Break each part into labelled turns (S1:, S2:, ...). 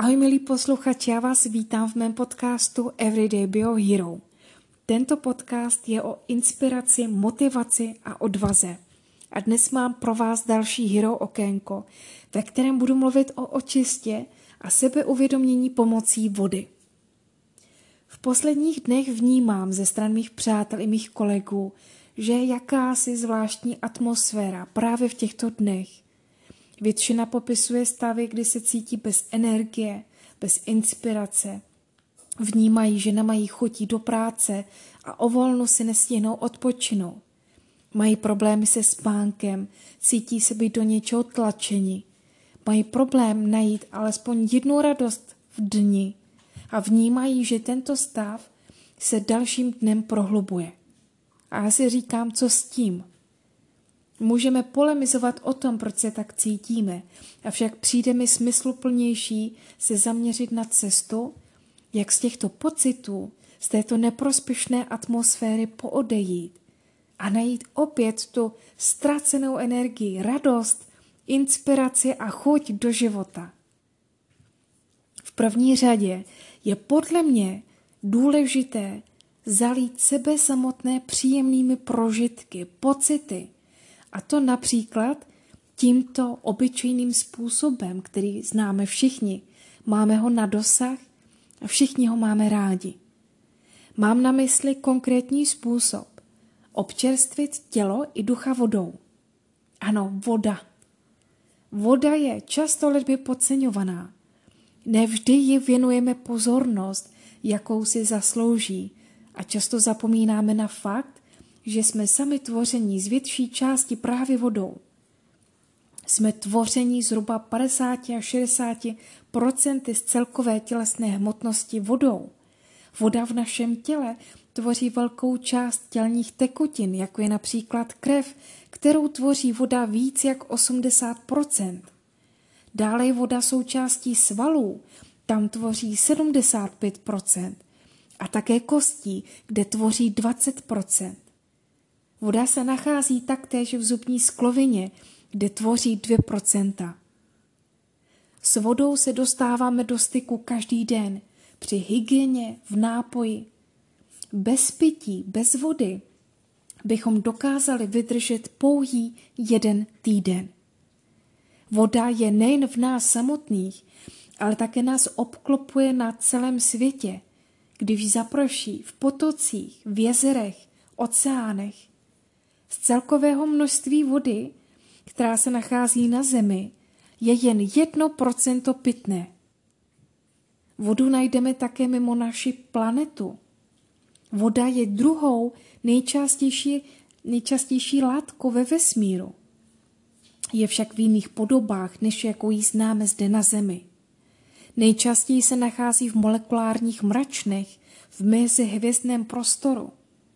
S1: Ahoj milí posluchači, já vás vítám v mém podcastu Everyday Bio Hero. Tento podcast je o inspiraci, motivaci a odvaze. A dnes mám pro vás další hero okénko, ve kterém budu mluvit o očistě a sebeuvědomění pomocí vody. V posledních dnech vnímám ze stran mých přátel i mých kolegů, že je jakási zvláštní atmosféra právě v těchto dnech. Většina popisuje stavy, kdy se cítí bez energie, bez inspirace. Vnímají, že nemají chutí do práce a o volnu si nestihnou odpočinout. Mají problémy se spánkem, cítí se být do něčeho tlačeni. Mají problém najít alespoň jednu radost v dni a vnímají, že tento stav se dalším dnem prohlubuje. A já si říkám, co s tím? Můžeme polemizovat o tom, proč se tak cítíme, avšak přijde mi smysluplnější se zaměřit na cestu, jak z těchto pocitů, z této neprospěšné atmosféry poodejít a najít opět tu ztracenou energii, radost, inspiraci a chuť do života. V první řadě je podle mě důležité zalít sebe samotné příjemnými prožitky, pocity, a to například tímto obyčejným způsobem, který známe všichni. Máme ho na dosah a všichni ho máme rádi. Mám na mysli konkrétní způsob. Občerstvit tělo i ducha vodou. Ano, voda. Voda je často lidmi podceňovaná. Nevždy ji věnujeme pozornost, jakou si zaslouží, a často zapomínáme na fakt, že jsme sami tvoření z větší části právě vodou. Jsme tvoření zhruba 50 až 60% z celkové tělesné hmotnosti vodou. Voda v našem těle tvoří velkou část tělních tekutin, jako je například krev, kterou tvoří voda víc jak 80%. Dále je voda součástí svalů, tam tvoří 75%. A také kostí, kde tvoří 20%. Voda se nachází taktéž v zubní sklovině, kde tvoří 2%. S vodou se dostáváme do styku každý den, při hygieně, v nápoji. Bez pití, bez vody bychom dokázali vydržet pouhý 1 týden. Voda je nejen v nás samotných, ale také nás obklopuje na celém světě, když zaprší v potocích, v jezerech, oceánech. Z celkového množství vody, která se nachází na zemi, je jen 1% pitné. Vodu najdeme také mimo naši planetu. Voda je druhou nejčastější látkou ve vesmíru. Je však v jiných podobách, než jakou ji známe zde na Zemi. Nejčastěji se nachází v molekulárních mračnech, v mezihvězdném prostoru.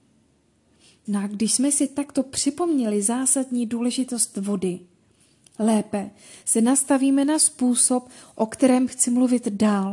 S1: No a když jsme si takto připomněli zásadní důležitost vody, lépe se nastavíme na způsob, o kterém chci mluvit dál.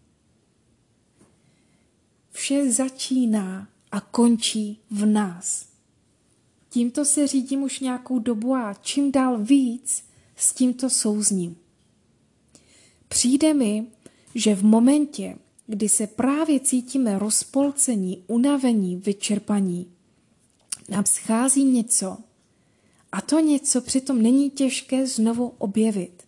S1: Vše začíná a končí v nás. Tímto se řídím už nějakou dobu a čím dál víc s tímto souzním. Přijde mi, že v momentě, kdy se právě cítíme rozpolcení, unavení, vyčerpaní, nám schází něco a to něco přitom není těžké znovu objevit.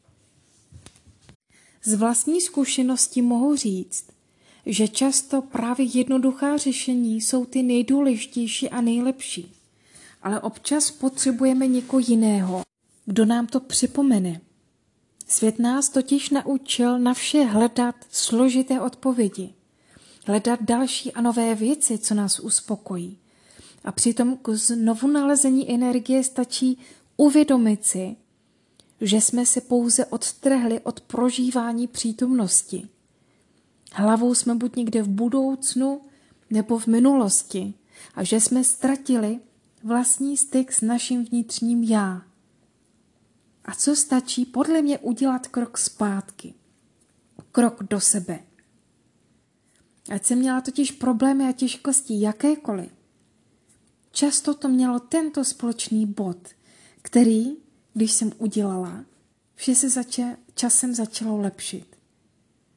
S1: Z vlastní zkušenosti mohu říct, že často právě jednoduchá řešení jsou ty nejdůležitější a nejlepší, ale občas potřebujeme někoho jiného, kdo nám to připomene. Svět nás totiž naučil na vše hledat složité odpovědi, hledat další a nové věci, co nás uspokojí. A přitom k znovu nalezení energie stačí uvědomit si, že jsme se pouze odtrhli od prožívání přítomnosti. Hlavou jsme buď někde v budoucnu nebo v minulosti a že jsme ztratili vlastní styk s naším vnitřním já. A co stačí podle mě udělat krok zpátky, krok do sebe. Ať jsem měla totiž problémy a těžkosti jakékoliv, často to mělo tento společný bod, který, když jsem udělala, vše se časem začalo lepšit.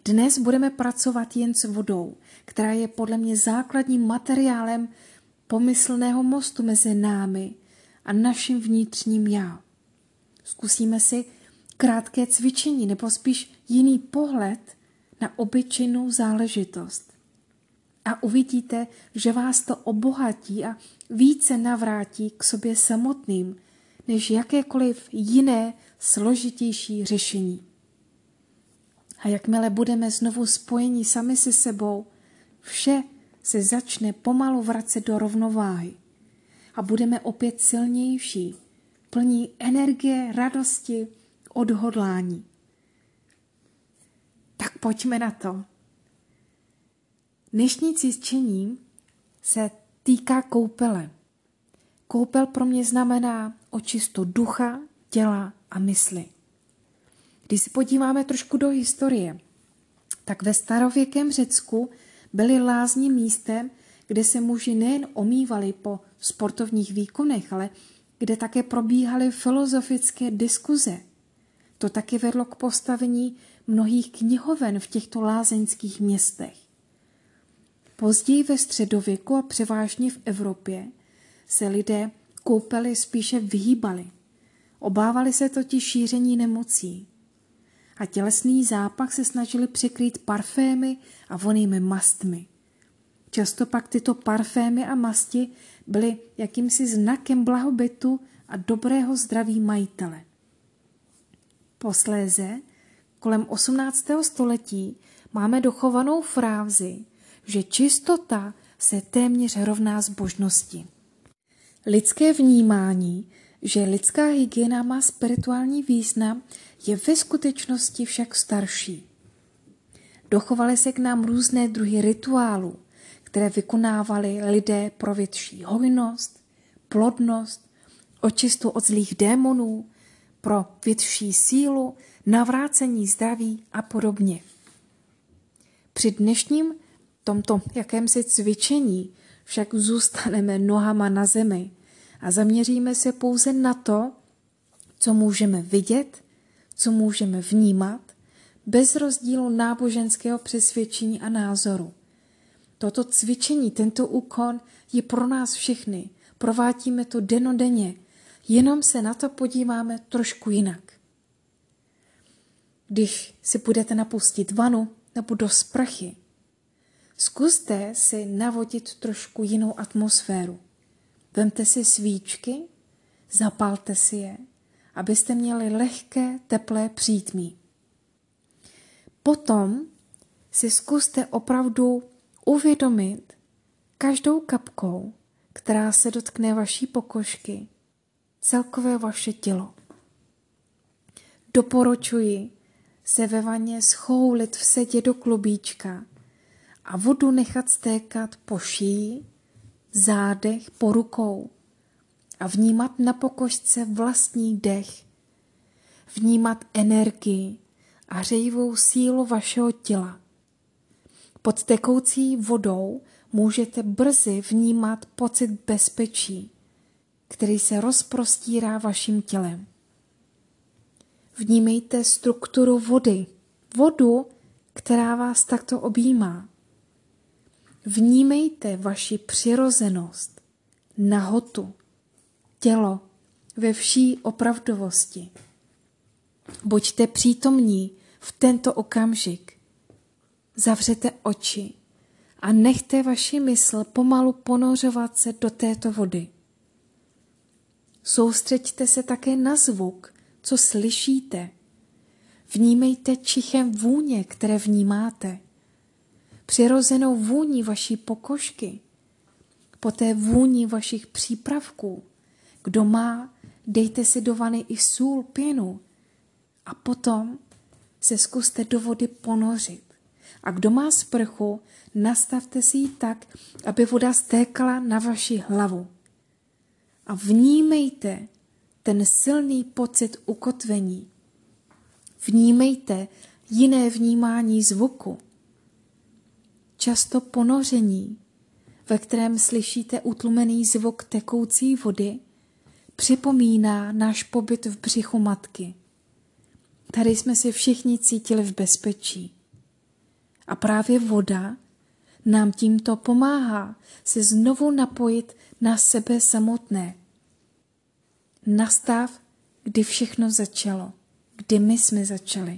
S1: Dnes budeme pracovat jen s vodou, která je podle mě základním materiálem pomyslného mostu mezi námi a naším vnitřním já. Zkusíme si krátké cvičení nebo spíš jiný pohled na obyčejnou záležitost. A uvidíte, že vás to obohatí a více navrátí k sobě samotným, než jakékoliv jiné složitější řešení. A jakmile budeme znovu spojeni sami se sebou, vše se začne pomalu vracet do rovnováhy a budeme opět silnější, plní energie, radosti, odhodlání. Tak pojďme na to. Dnešní cvičení se týká koupele. Koupel pro mě znamená očistu ducha, těla a mysli. Když se podíváme trošku do historie, tak ve starověkém Řecku byly lázně místem, kde se muži nejen omývali po sportovních výkonech, ale kde také probíhaly filozofické diskuze. To taky vedlo k postavení mnohých knihoven v těchto lázeňských městech. Později ve středověku a převážně v Evropě se lidé koupeli spíše vyhýbali. Obávali se totiž šíření nemocí. A tělesný zápach se snažili překrýt parfémy a vonnými mastmi. Často pak tyto parfémy a masti byly jakýmsi znakem blahobytu a dobrého zdraví majitele. Posléze, kolem 18. století, máme dochovanou frázi, že čistota se téměř rovná zbožnosti. Lidské vnímání, že lidská hygiena má spirituální význam, je ve skutečnosti však starší. Dochovaly se k nám různé druhy rituálů, které vykonávali lidé pro větší hojnost, plodnost, očistu od zlých démonů, pro větší sílu, navrácení zdraví a podobně. Při dnešním tomto jakémsi cvičení však zůstaneme nohama na zemi a zaměříme se pouze na to, co můžeme vidět, co můžeme vnímat, bez rozdílu náboženského přesvědčení a názoru. Toto cvičení, tento úkon je pro nás všechny. Provádíme to dennodenně, jenom se na to podíváme trošku jinak. Když si budete napustit vanu nebo do sprchy, zkuste si navodit trošku jinou atmosféru. Vemte si svíčky, zapalte si je, abyste měli lehké, teplé přítmí. Potom si zkuste opravdu uvědomit každou kapkou, která se dotkne vaší pokožky, celkové vaše tělo. Doporučuji se ve vaně schoulit v sedě do klubíčka a vodu nechat stékat po šíji, zádech, po rukou a vnímat na pokožce vlastní dech, vnímat energii a hřejivou sílu vašeho těla. Pod tekoucí vodou můžete brzy vnímat pocit bezpečí, který se rozprostírá vaším tělem. Vnímejte strukturu vody, vodu, která vás takto objímá. Vnímejte vaši přirozenost, nahotu, tělo ve vší opravdovosti. Buďte přítomní v tento okamžik. Zavřete oči a nechte vaši mysl pomalu ponořovat se do této vody. Soustřeďte se také na zvuk, co slyšíte. Vnímejte čichem vůně, které vnímáte. Přirozenou vůni vaší pokožky, poté vůni vašich přípravků. Kdo má, dejte si do vany i sůl, pěnu a potom se zkuste do vody ponořit. A kdo má sprchu, nastavte si ji tak, aby voda stékala na vaši hlavu. A vnímejte ten silný pocit ukotvení. Vnímejte jiné vnímání zvuku. Často ponoření, ve kterém slyšíte utlumený zvuk tekoucí vody, připomíná náš pobyt v břichu matky. Tady jsme si všichni cítili v bezpečí. A právě voda nám tímto pomáhá se znovu napojit na sebe samotné. Na stav, kdy všechno začalo, kdy my jsme začali.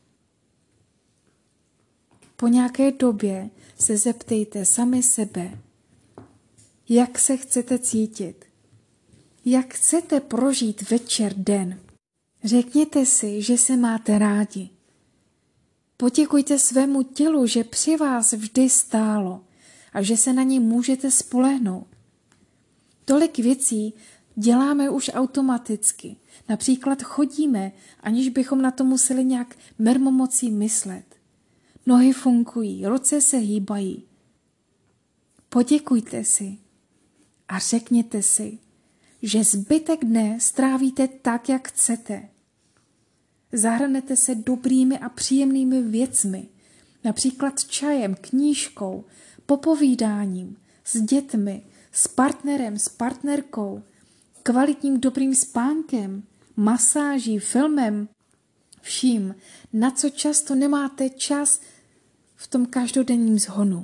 S1: Po nějaké době se zeptejte sami sebe, jak se chcete cítit, jak chcete prožít večer, den. Řekněte si, že se máte rádi. Poděkujte svému tělu, že při vás vždy stálo a že se na něj můžete spolehnout. Tolik věcí děláme už automaticky. Například chodíme, aniž bychom na to museli nějak mermomocí myslet. Nohy fungují, ruce se hýbají. Poděkujte si a řekněte si, že zbytek dne strávíte tak, jak chcete. Zahrnete se dobrými a příjemnými věcmi, například čajem, knížkou, popovídáním, s dětmi, s partnerem, s partnerkou, kvalitním dobrým spánkem, masáží, filmem, vším, na co často nemáte čas v tom každodenním zhonu.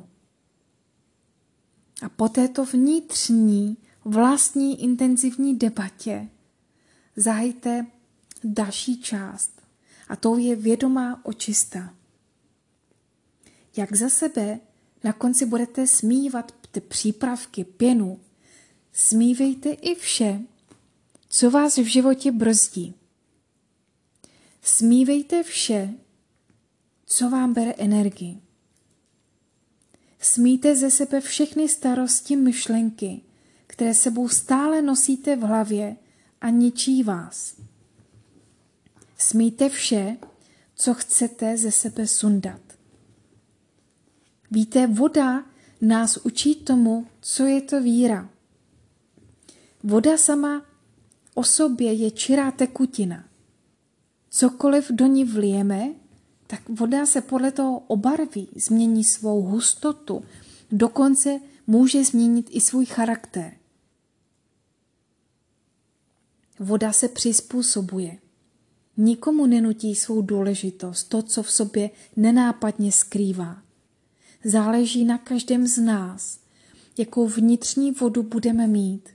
S1: A po této vnitřní, vlastní intenzivní debatě zahajte další část a tou je vědomá očista. Jak za sebe na konci budete smívat ty přípravky, pěnu, smívejte i vše, co vás v životě brzdí. Smívejte vše, co vám bere energii. Smíte ze sebe všechny starosti, myšlenky, které sebou stále nosíte v hlavě a ničí vás. Smíte vše, co chcete ze sebe sundat. Víte, voda nás učí tomu, co je to víra. Voda sama o sobě je čirá tekutina. Cokoliv do ní vlijeme, tak voda se podle toho obarví, změní svou hustotu, dokonce může změnit i svůj charakter. Voda se přizpůsobuje. Nikomu nenutí svou důležitost, to, co v sobě nenápadně skrývá. Záleží na každém z nás, jakou vnitřní vodu budeme mít.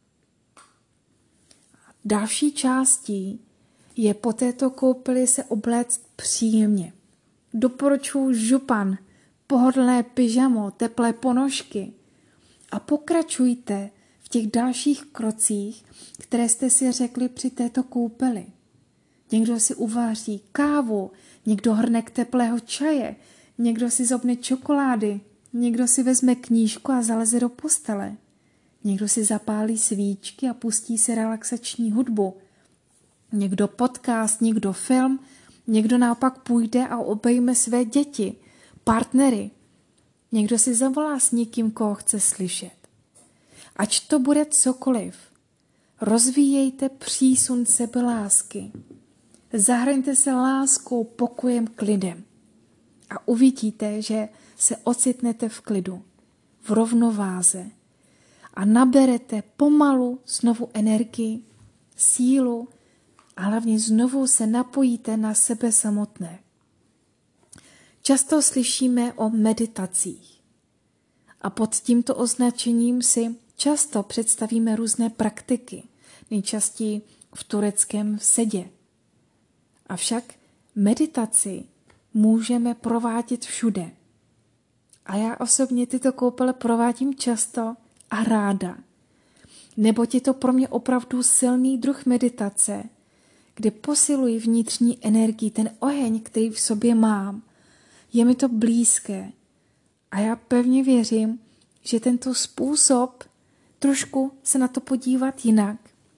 S1: Další částí je po této koupeli se obléct příjemně. Doporučuji župan, pohodlné pyžamo, teplé ponožky a pokračujte v těch dalších krocích, které jste si řekli při této koupeli. Někdo si uvaří kávu, někdo hrnek teplého čaje, někdo si zobne čokolády, někdo si vezme knížku a zaleze do postele. Někdo si zapálí svíčky a pustí si relaxační hudbu. Někdo podcast, někdo film, někdo naopak půjde a obejme své děti, partnery. Někdo si zavolá s někým, koho chce slyšet. Ať to bude cokoliv, rozvíjejte přísun sebelásky. Zahraňte se láskou, pokojem, klidem. A uvidíte, že se ocitnete v klidu, v rovnováze a naberete pomalu znovu energii, sílu a hlavně znovu se napojíte na sebe samotné. Často slyšíme o meditacích a pod tímto označením si často představíme různé praktiky, nejčastěji v tureckém sedě. Avšak meditaci můžeme provádět všude. A já osobně tyto koupele provádím často a ráda. Neboť je to pro mě opravdu silný druh meditace, kde posiluji vnitřní energii, ten oheň, který v sobě mám. Je mi to blízké. A já pevně věřím, že tento způsob trošku se na to podívat jinak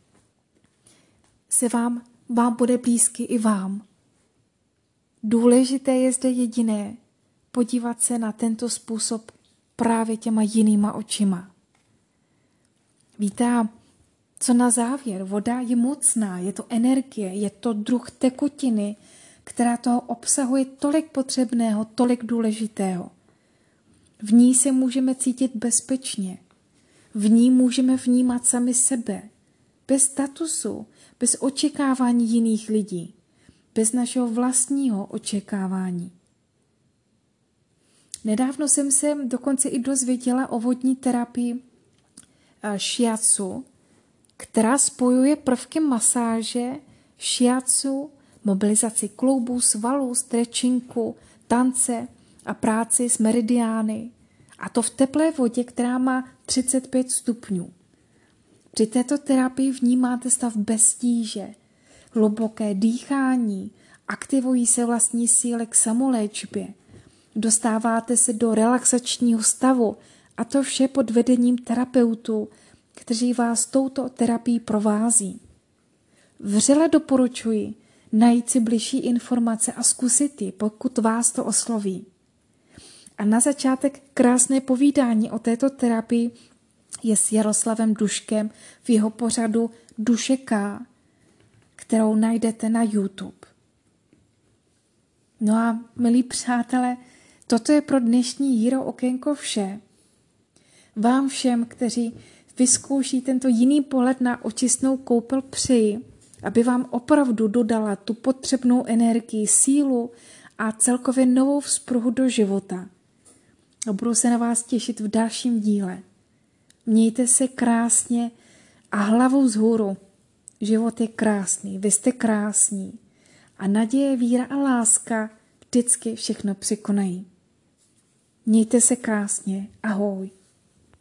S1: se vám bude blízký i vám. Důležité je zde jediné, podívat se na tento způsob právě těma jinýma očima. Víte, co na závěr? Voda je mocná, je to energie, je to druh tekutiny, která toho obsahuje tolik potřebného, tolik důležitého. V ní se můžeme cítit bezpečně. V ní můžeme vnímat sami sebe. Bez statusu, bez očekávání jiných lidí. Bez našeho vlastního očekávání. Nedávno jsem se dokonce i dozvěděla o vodní terapii shiatsu, která spojuje prvky masáže, shiatsu, mobilizaci kloubů, svalů, stretchinku, tance a práci s meridiány. A to v teplé vodě, která má 35 stupňů. Při této terapii vnímáte stav bez tíže, hluboké dýchání, aktivují se vlastní síly k samoléčbě, dostáváte se do relaxačního stavu a to vše pod vedením terapeutů, kteří vás touto terapií provází. Vřele doporučuji najít si bližší informace a zkusit ji, pokud vás to osloví. A na začátek krásné povídání o této terapii je s Jaroslavem Duškem v jeho pořadu Duše K, kterou najdete na YouTube. No a milí přátelé, toto je pro dnešní Hero okénko vše. Vám všem, kteří vyzkouší tento jiný pohled na očistnou koupel, přeji, aby vám opravdu dodala tu potřebnou energii, sílu a celkově novou vzpruhu do života. A budu se na vás těšit v dalším díle. Mějte se krásně a hlavou vzhůru. Život je krásný, vy jste krásní. A naděje, víra a láska vždycky všechno překonají. Mějte se krásně. Ahoj.